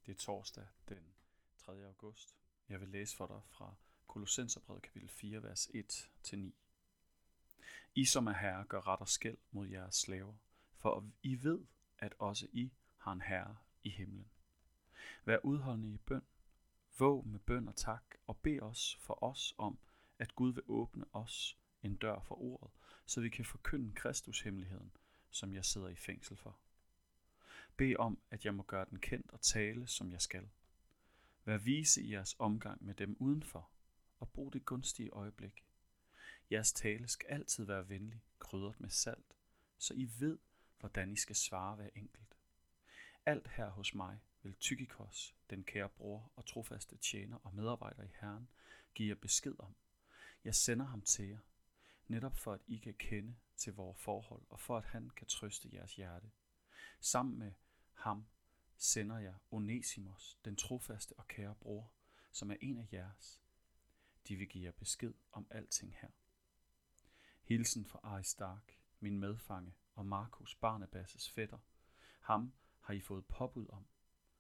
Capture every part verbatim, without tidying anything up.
Det er torsdag den tredje august. Jeg vil læse for dig fra Kolossenserbrevet kapitel fire, vers et til ni. I som er herre, gør ret og skel mod jeres slaver, for I ved, at også I har en herre i himlen. Vær udholdende i bøn, våg med bøn og tak, og bed os for os om, at Gud vil åbne os en dør for ordet, så vi kan forkynde Kristus hemmeligheden, som jeg sidder i fængsel for. Bed om, at jeg må gøre den kendt og tale, som jeg skal. Vær vise i jeres omgang med dem udenfor, og brug det gunstige øjeblik. Jeres tale skal altid være venlig, krydret med salt, så I ved, hvordan I skal svare hver enkelt. Alt her hos mig vil Tykikos, den kære bror og trofaste tjener og medarbejder i Herren, give jer besked om. Jeg sender ham til jer, netop for at I kan kende til vores forhold, og for at han kan trøste jeres hjerte. Sammen med ham sender jeg Onesimos, den trofaste og kære bror, som er en af jeres. De vil give jer besked om alting her. Hilsen fra Aristark, min medfange, og Markus, Barnabas' fætter. Ham har I fået påbud om.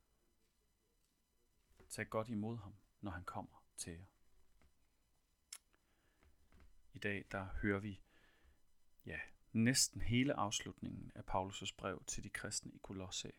Tag godt imod ham, når han kommer til jer. I dag der hører vi ja, næsten hele afslutningen af Paulus' brev til de kristne i Kolosse.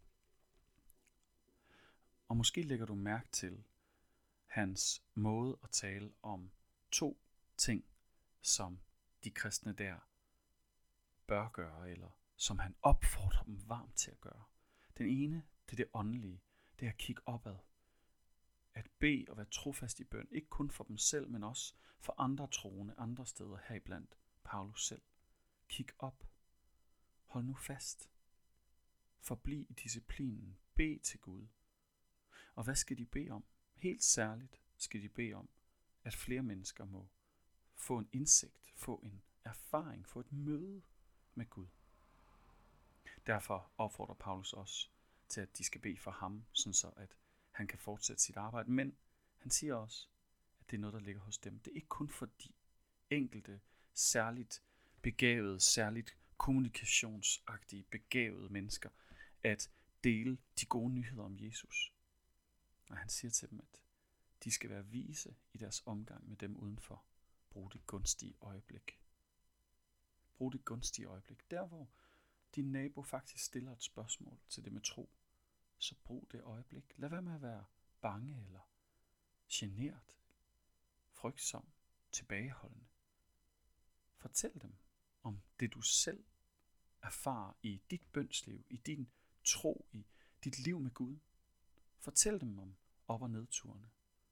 Og måske lægger du mærke til hans måde at tale om to ting, som de kristne der bør gøre, eller som han opfordrer dem varmt til at gøre. Den ene, det er det åndelige, det er at kigge opad. At bede og være trofast i bøn, ikke kun for dem selv, men også for andre troende, andre steder heriblandt Paulus selv. Kig op. Hold nu fast. Forbliv i disciplinen. Bed til Gud. Og hvad skal de bede om? Helt særligt skal de bede om, at flere mennesker må få en indsigt, få en erfaring, få et møde med Gud. Derfor opfordrer Paulus også til, at de skal bede for ham, sådan så at han kan fortsætte sit arbejde. Men han siger også, at det er noget, der ligger hos dem. Det er ikke kun for de enkelte, særligt begavede, særligt kommunikationsagtige, begavede mennesker, at dele de gode nyheder om Jesus. Og han siger til dem, at de skal være vise i deres omgang med dem udenfor. Brug det gunstige øjeblik. Brug det gunstige øjeblik. Der hvor din nabo faktisk stiller et spørgsmål til det med tro, så brug det øjeblik. Lad være med at være bange eller genert, frygtsom, tilbageholdende. Fortæl dem om det, du selv erfarer i dit bønsliv, i din tro, i dit liv med Gud. Fortæl dem om op- og nedturene.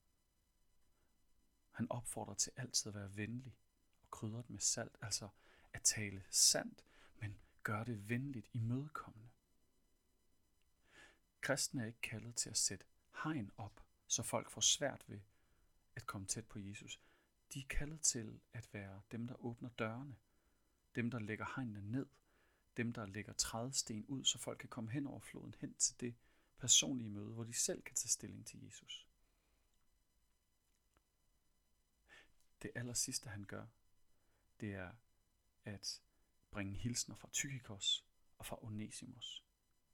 Han opfordrer til altid at være venlig og krydret med salt, altså at tale sandt, men gør det venligt, imødekommende. Kristne er ikke kaldet til at sætte hegn op, så folk får svært ved at komme tæt på Jesus. De er kaldet til at være dem, der åbner dørene, dem, der lægger hegnene ned, dem, der lægger trædesten ud, så folk kan komme hen over floden, hen til det personlige møde, hvor de selv kan tage stilling til Jesus. Det aller sidste, han gør, det er at bringe hilsner fra Tykikos og fra Onesimos.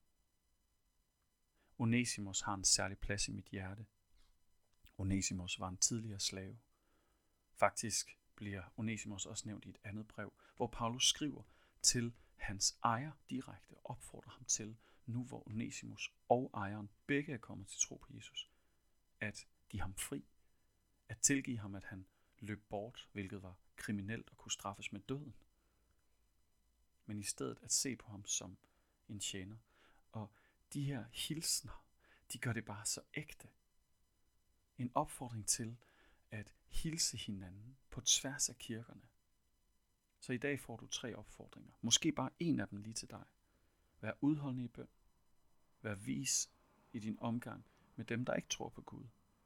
Onesimos har en særlig plads i mit hjerte. Onesimos var en tidligere slave. Faktisk bliver Onesimos også nævnt i et andet brev, hvor Paulus skriver til hans ejer direkte og opfordrer ham til, nu hvor Onesimos og ejeren begge er kommet til tro på Jesus, at give ham fri, at tilgive ham, at han løb bort, hvilket var kriminelt og kunne straffes med døden. Men i stedet at se på ham som en tjener. Og de her hilsner, de gør det bare så ægte. En opfordring til at hilse hinanden på tværs af kirkerne. Så i dag får du tre opfordringer. Måske bare en af dem lige til dig. Vær udholdende i bøn. Vær vis i din omgang med dem, der ikke tror på Gud.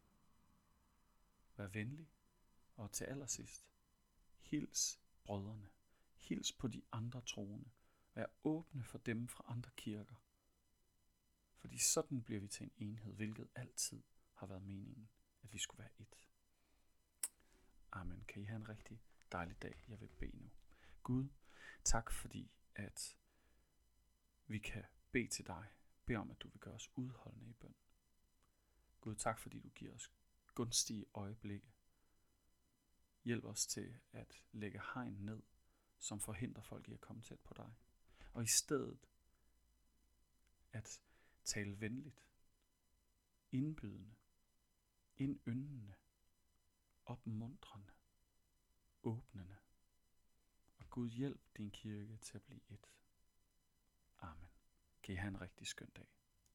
Vær venlig. Og til allersidst, hils brødrene. Hils på de andre troende. Vær åbne for dem fra andre kirker. Fordi sådan bliver vi til en enhed, hvilket altid har været meningen, at vi skulle være et. Amen. Kan I have en rigtig dejlig dag? Jeg vil bede nu. Gud, tak fordi, at vi kan bede til dig. Bed om, at du vil gøre os udholdende i bøn. Gud, tak fordi du giver os gunstige øjeblikke. Hjælp os til at lægge hegn ned, som forhindrer folk i at komme tæt på dig. Og i stedet at tale venligt, indbydende, indyndende, opmuntrende, åbnende. Og Gud, hjælp din kirke til at blive et. Amen. Kan I have en rigtig skøn dag.